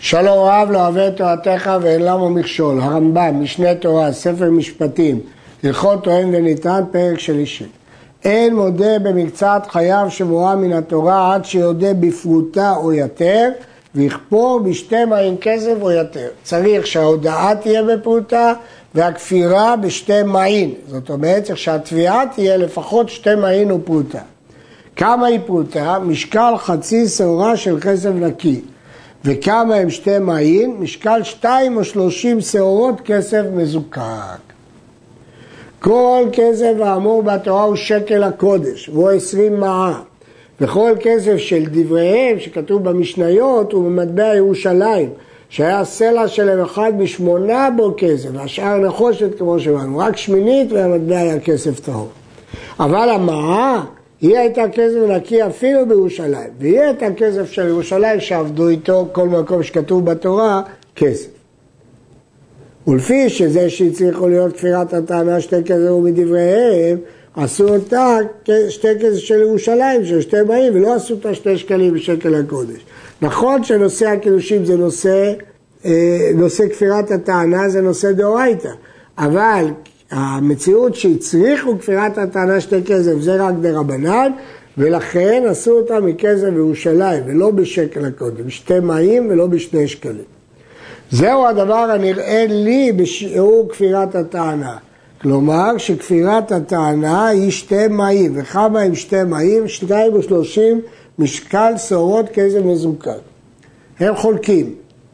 שלום רב לא אוהב את תורתך ואין למו מכשול. הרמב"ם, משנה תורה, ספר משפטים, הלכות טוען וניתן, פרק שלישי. אין מודה במקצת חייו שמורה מן התורה עד שיודה בפרוטה או יותר, ויכפור בשתי מעין כסף או יותר. צריך שההודעה תהיה בפרוטה והכפירה בשתי מעין. זאת אומרת, צריך שהתביעה תהיה לפחות שתי מעין ופרוטה. כמה היא פרוטה? משקל חצי שעורה של כסף נקי. וכמה הם שתי מעין? משקל 2 או 30 שעורות כסף מזוקק. כל כסף האמור בתורה הוא שקל הקודש, והוא 20 מעה. וכל כסף של דבריהם שכתוב במשניות הוא במטבע ירושלים, שהיה סלע שלהם 1/8 בו כסף, והשאר נחושת כמו שבאנו, רק שמינית והמטבע היה כסף טהור. אבל המעה היא הייתה כסף נקי אפילו בירושלים, והיא הייתה כסף של ירושלים שעבדו איתו כל מקום שכתוב בתורה כסף. ולפי שזה שהצליחו להיות כפירת הטענה שתי כסף ומדבריהם, עשו אותה שתי כסף של ירושלים, של שתי מעין, ולא עשו אותה 2 שקלים בשקל הקודש. נכון שנושא הקידושים זה נושא כפירת הטענה, זה נושא דאורייתא, אבל המציאות שהצריכו כפירת הטענה שתי כסף זה רק דרבנן, ולכן עשו אותה מכסף בירושלים, ולא בשקל הקודש, בשתי מעין ולא ב2 שקלים. זהו הדבר הנראה לי בשיעור כפירת הטענה. כלומר שכפירת הטענה היא 2 מעין, וכמה הם 2 מעין? 2 או 30 משקל שעורות כסף מזוקק. הם חולקים.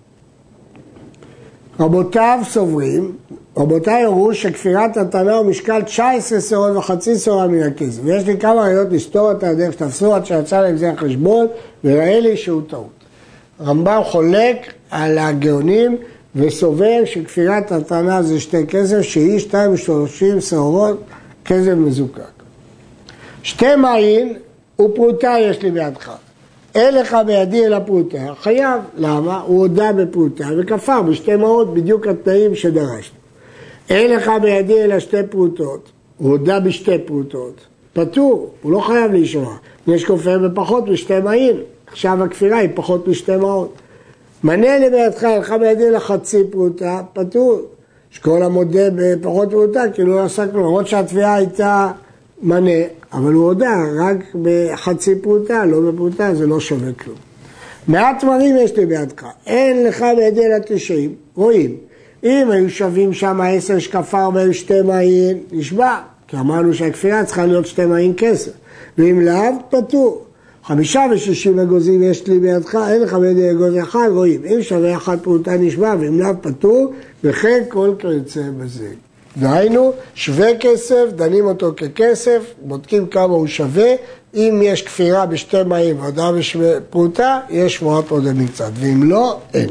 רבותיי הראו שכפירת הטענה הוא משקל 19 שעורות וחצי שעורה מן הכסף. ויש לי כמה ראיות לסתור את הדרך שתפסו עד שיצא להם זה החשבון, וראה לי שהוא טעות. רמב"ם חולק על הגאונים וסובר שכפירת הטענה זה 2 כסף, שהיא 2 ו-30 שעורות כסף מזוקק. 2 מעין ופרוטה יש לי בידך. אין לך בידי אלא פרוטה, חייב. למה? הוא הודה בפרוטה וכפר ב2 מעות בדיוק התנאים שדרשנו. אין לך בידי אלא 2 פרוטות, הוא הודה ב2 פרוטות. פטור, הוא לא חייב להישמע. יש כופר בפחות מ2 מעין. עכשיו הכפירה היא פחות מ2 מעות. מנה לי בידך, אין לך בידי אלא חצי פרוטה, פטור. שכל המודה בפחות פרוטה, כאילו לא עשה כלום. למרות שהתביעה הייתה מנה, אבל הוא הודה רק בחצי פרוטה, לא בפרוטה, זה לא שווה כלום. 100 תמרים יש לי בידך, אין לך בידי אלא 90, רואים. אם היו שווים שם 10 שכפר בהם 2 מעין, נשבע, כי אמרנו שהכפירה צריכה להיות 2 מעין כסף. ואם לאו, פטור. 5 ו60 אגוזים יש לי בידך, אין לך בידי אגוז אחד, רואים. אם שווה 1 פרוטה נשבע, ואם לאו פטור, וכן כל כיוצא בזה. דהיינו, שווה כסף, דנים אותו ככסף, בודקים כמה הוא שווה, אם יש כפירה ב2 מעין והודעה בפרוטה, יש שמורת עוד מקצת, ואם לא, אין.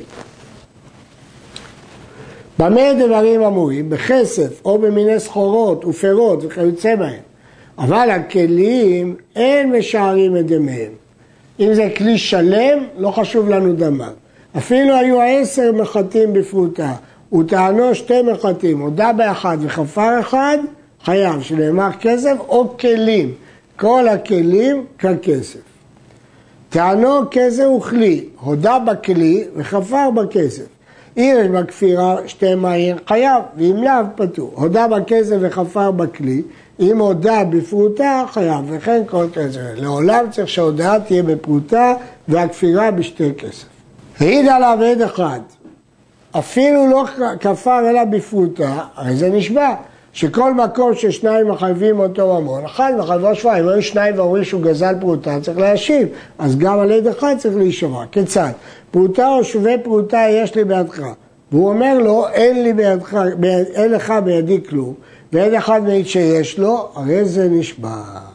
במה דברים אמורים? בכסף או במיני סחורות ופירות וכיוצא בהם. אבל הכלים אין משערים את דמיהם. אם זה כלי שלם, לא חשוב לנו דמם. אפילו היו 10 מחטים בפרוטה, וטענו 2 מחטים, הודה באחד וכפר אחד, חייב, שנאמר כסף או כלים. כל הכלים ככסף. טענו כסף הוא כלי, הודה בכלי וכפר בכסף. אם יש בכפירה 2 מעין, חייב, ואם לאו פטור. הודה בכסף וכפר בכלי, אם הודה בפרוטה, חייב, וכן כל כסף. לעולם צריך שההודעה תהיה בפרוטה והכפירה ב2 כסף. העיד עליו עד אחד. אפילו לא כפר אלא בפרוטה, הרי זה נשבע, שכל מקום ששניים מחייבים אותו ממון, אחד מחייבו שבע, אם היו 2 ואומרים שהוא גזל פרוטה, צריך להשיב, אז גם על עד אחד צריך להישמע. כיצד? פרוטה או שווה פרוטה יש לי בידך, והוא אומר לו, אין לך בידי כלום, ועד אחד מעיד שיש לו, הרי זה נשבע.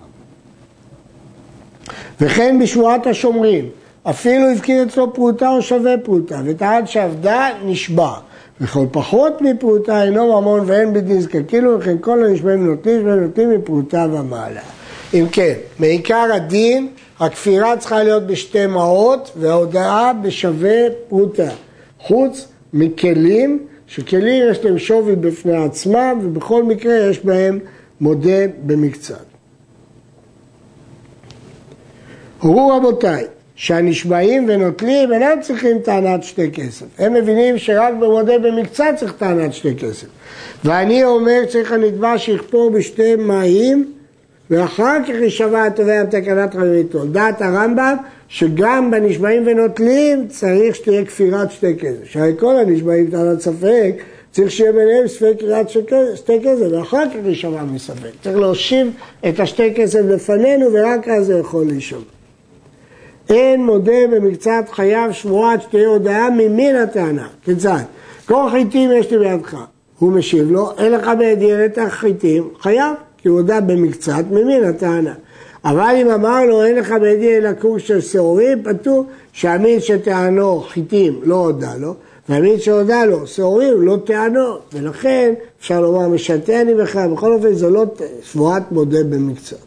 וכן בשבועת השומרים, אפילו הפקיר אצלו פרוטה או שווה פרוטה, וטען שעבדה נשבע. וכל פחות מפרוטה אינו ממון ואין בנזקקים, וכן כל הנשבעים נותנים מפרוטה ומעלה. אם כן, מעיקר הדין, הכפירה צריכה להיות ב2 מעות, וההודעה בשווה פרוטה. חוץ מכלים, שכלים יש להם שווי בפני עצמם, ובכל מקרה יש בהם מודה במקצת. הורו רבותיי, שהנשבעים ונוטלים אינם צריכים טענת שתי כסף. הם מבינים שרק במודה במקצת צריך טענת שתי כסף. ואני אומר צריך הנתבע שיכפור בשתי מים, ואחר כך יישבע התובע בתקנת רביעיתו. דעת הרמב"ם שגם בנשבעים ונוטלים צריך שתהיה כפירת שתי כסף. שהרי כל הנשבעים טענת ספק, צריך שיהיה ביניהם ספק כפירת שתי כסף, ואחר כך יישבע מספק. צריך להושיב את השתי כסף לפנינו, ורק אז זה יכול להישבע. אין מודה במקצת חייב שבועת שתהיה הודעה ממין הטענה. כיצד? כל חיטים יש לי בידך. הוא משיב לו, אין לך בידי את החיטים, חייב, כי הוא הודע במקצת ממין הטענה. אבל אם אמר לו, אין לך בידי אלא קורס של שעורים, פטור שהמין שטענו חיטים לא הודע לו, והמין שהודע לו שעורים לא טענו, ולכן אפשר לומר משתני בך, בכל אופן זו לא שבועת מודה במקצת.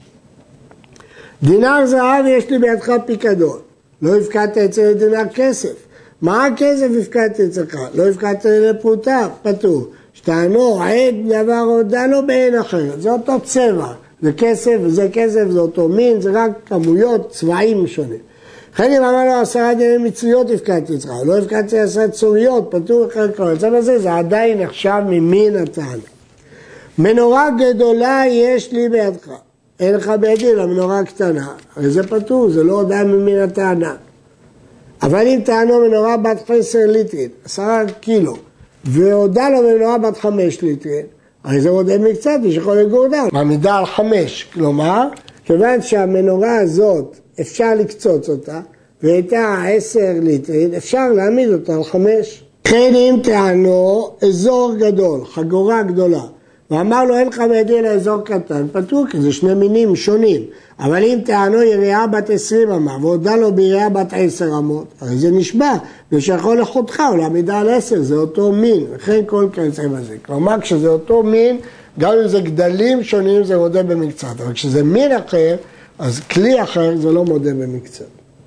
דינר זהב יש לי בידך פיקדון, לא הפקדת אצל דינר כסף. מה הכסף הפקדת אצלך? לא הפקדת לפרוטה, פטור. שטענו, עד דבר הודע לו בעין אחרת, זה אותו צבע, זה כסף וזה כסף, זה אותו מין, זה רק כמויות, צבעים שונים. לכן אם אמר לו 10 דיני מצויות הפקדתי אצלך, לא הפקדתי 10 צוריות, פטור אחר כל הצד הזה, זה עדיין נחשב ממין הטענה. מנורה גדולה יש לי בידך. אין לך בידי למנורה קטנה, הרי זה פטור, זה לא הודעה ממין הטענה. אבל אם טענו מנורה בת 10 ליטרין, 10 קילו, והודע לו מנורה בת 5 ליטרין, הרי זה הודעה מקצת, שיכול לגורדה. מעמידה על 5, כלומר, כיוון שהמנורה הזאת אפשר לקצוץ אותה, והייתה 10 ליטרין, אפשר להעמיד אותה על 5. כן אם טענו אזור גדול, חגורה גדולה, ואמר לו אין לך בידי לאזור קטן, פטור, כי זה שני מינים שונים. אבל אם טענו יריעה בת 20 אמה, והודע לו ביריעה בת 10 אמות, הרי זה נשבע, ושיכול לחותך או להעמידה על 10, זה אותו מין, וכן כל כיוצא בזה. כלומר, כשזה אותו מין, גם אם זה גדלים שונים, זה מודה במקצת. אבל כשזה מין אחר, אז כלי אחר זה לא מודה במקצת.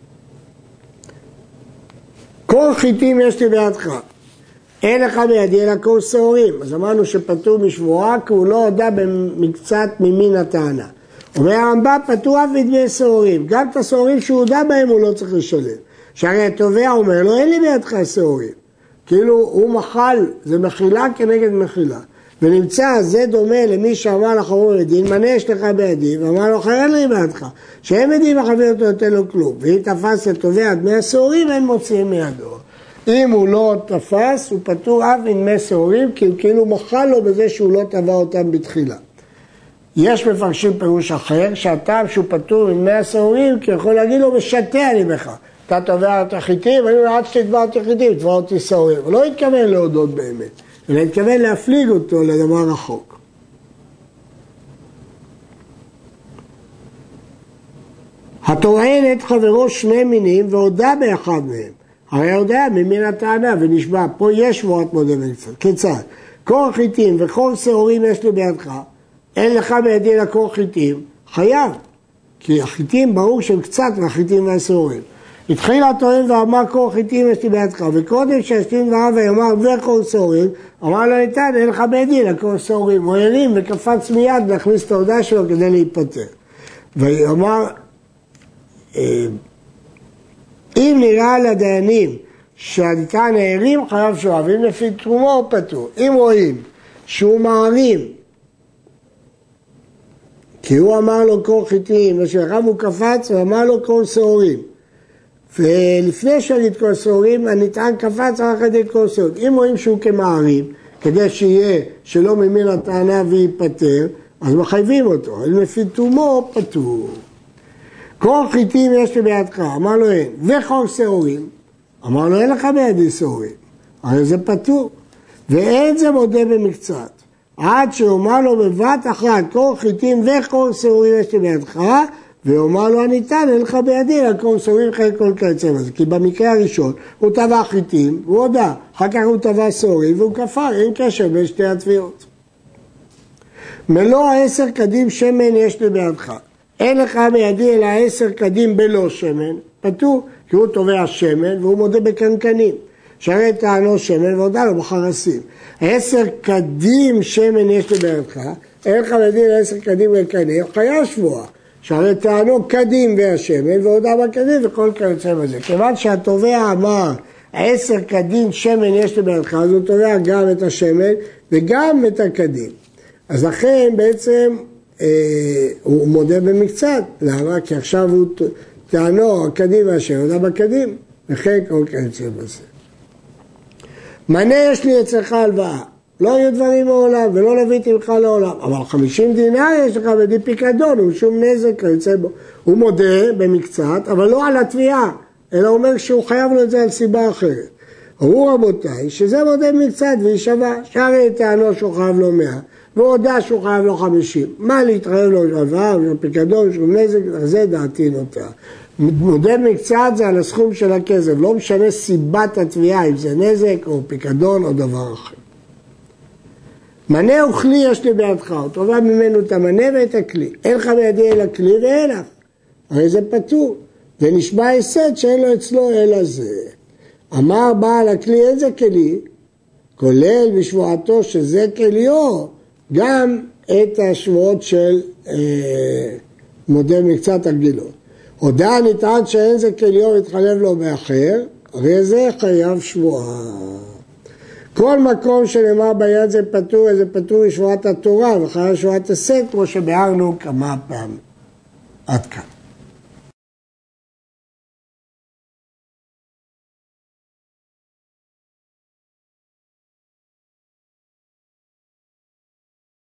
כל חיטים יש לי בידך. אין לך בידי אלא כל שעורים. אז אמרנו שפטור משבועה, כי הוא לא הודע במקצת ממין הטענה. אומר הרמב"ם, פטור אף בדמי שעורים. גם את השעורים שהוא הודע בהם הוא לא צריך לשלם. שהרי התובע אומר לו, אין לי בידך שעורים. כאילו הוא מחל, זה מחילה כנגד מחילה. ונמצא, זה דומה למי שאמר לחמור לדין, מנה יש לך בידי, ואמר לו, חייל לי בידך. שהם עדים וחביר אותו נותן לו כלום. ואם תפס לתובע דמי השעורים, אין מוציאים מידו. אם הוא לא תפס, הוא פטור אף מדמי שעורים, כי הוא כאילו מחל לו בזה שהוא לא תבע אותם בתחילה. יש מפרשים פירוש אחר, שהטעם שהוא פטור מדמי השעורים, כי יכול להגיד לו, משתה אני בך. אתה תובע את החיטים, ואני אומר, עד שתתבע אותי חיטים, תתבע אותי שעורים. הוא לא התכוון להודות באמת, אלא התכוון להפליג אותו לדבר רחוק. הטוען את חברו שני מינים, והודע באחד מהם. הרי הודע ממין הטענה ונשבע, פה יש שבועת מודה במקצת. כיצד? כל חיטים וכל שעורים יש לי בידך, אין לך בידי לקור חיטים, חייב. כי החיטים ברור שהם קצת מהחיטים והשעורים. התחיל הטוען ואמר כל חיטים יש לי בידך, וקודם שהשלים דבריו ואמר וכל שעורים, אמר לו ניתן, אין לך בידי לקור שעורים. הוא הרים וקפץ מיד להכניס את ההודעה שלו כדי להיפטר. ואמר, אם נראה לדיינים שהדיקה נערים, חייב שואב, אם לפי תרומו הוא פטור. אם רואים שהוא מערים, כי הוא אמר לו כל חיטים, ושאחריו הוא קפץ ואמר לו כל שעורים. ולפני שיגיד כל שעורים, הנטען קפץ רק כדי כל שעורים. אם רואים שהוא כמערים, כדי שיהיה שלא ממין הטענה וייפטר, אז מחייבים אותו. אם לפי תרומו פטור. כל חיטים יש לי בידך, אמר לו אין, וכל שעורים, אמר לו אין לך בידי שעורים, הרי זה פטור, ואין זה מודה במקצת, עד שאומר לו בבת אחת, כל חיטים וכל שעורים יש לי בידך, ואומר לו הניתן, אין לך בידי, כל שעורים חלק כל כיוצא בזה, כי במקרה הראשון הוא טבע חיטים, הוא הודע, אחר כך הוא טבע שעורים, והוא כפר, אין קשר בין שתי התביעות. מלוא 10 קדים שמן יש לי בידך, אין לך בידי אלא 10 קדים בלא שמן, פטור, כי הוא תובע שמן והוא מודה בקנקנים. שהרי טענו שמן והודע לו בחרסים. 10 קדים שמן יש לי בידך, אין לך בידי אלא 10 קדים בקנקנים, חייב שבועה. שהרי טענו קדים והשמן והודה בקדים וכל כיוצא בזה. כיוון שהתובע אמר 10 קדים שמן יש לי בידך, אז הוא תובע גם את השמן וגם את הקדים. אז לכן בעצם הוא מודה במקצת. למה? כי עכשיו הוא טענו הקדים והשמן הודה בקדים וכן כל כיוצא בזה. מנה יש לי אצלך הלוואה. לא היו דברים מעולם ולא לוויתי לך לעולם. אבל 50 דינר יש לך בדין פיקדון, הוא שום נזק יוצא בו. הוא מודה במקצת, אבל לא על התביעה, אלא אומר שהוא חייב לו את זה על סיבה אחרת. הוא רבותיי, שזה מודה במקצת והיא שווה, שהרי טענו שהוא חייב לו 100, והודה שהוא חייב לו 50. מה להתחייב לו הלוואה, או פיקדון, שום נזק, זה דעתי נוטה. מודה במקצת זה על הסכום של הכסף, לא משנה סיבת התביעה, אם זה נזק או פיקדון או דבר אחר. מנה וכלי יש לי בידך, הוא תובע ממנו את המנה ואת הכלי. אין לך בידי אלא כלי ואין לך. הרי זה פטור. ונשבע הסד שאין לו אצלו אלא זה. אמר בעל הכלי איזה כלי? כולל בשבועתו שזה כליו, גם את השבועות של מודה מקצת הרגילות. הודעה נטען שאין זה כליו והתחלב לו באחר, הרי זה חייב שבועה. כל מקום שנאמר ביד זה פטור, זה פטור משבועת התורה וחייב שבועת הסד, כמו שביארנו כמה פעמים. עד כאן.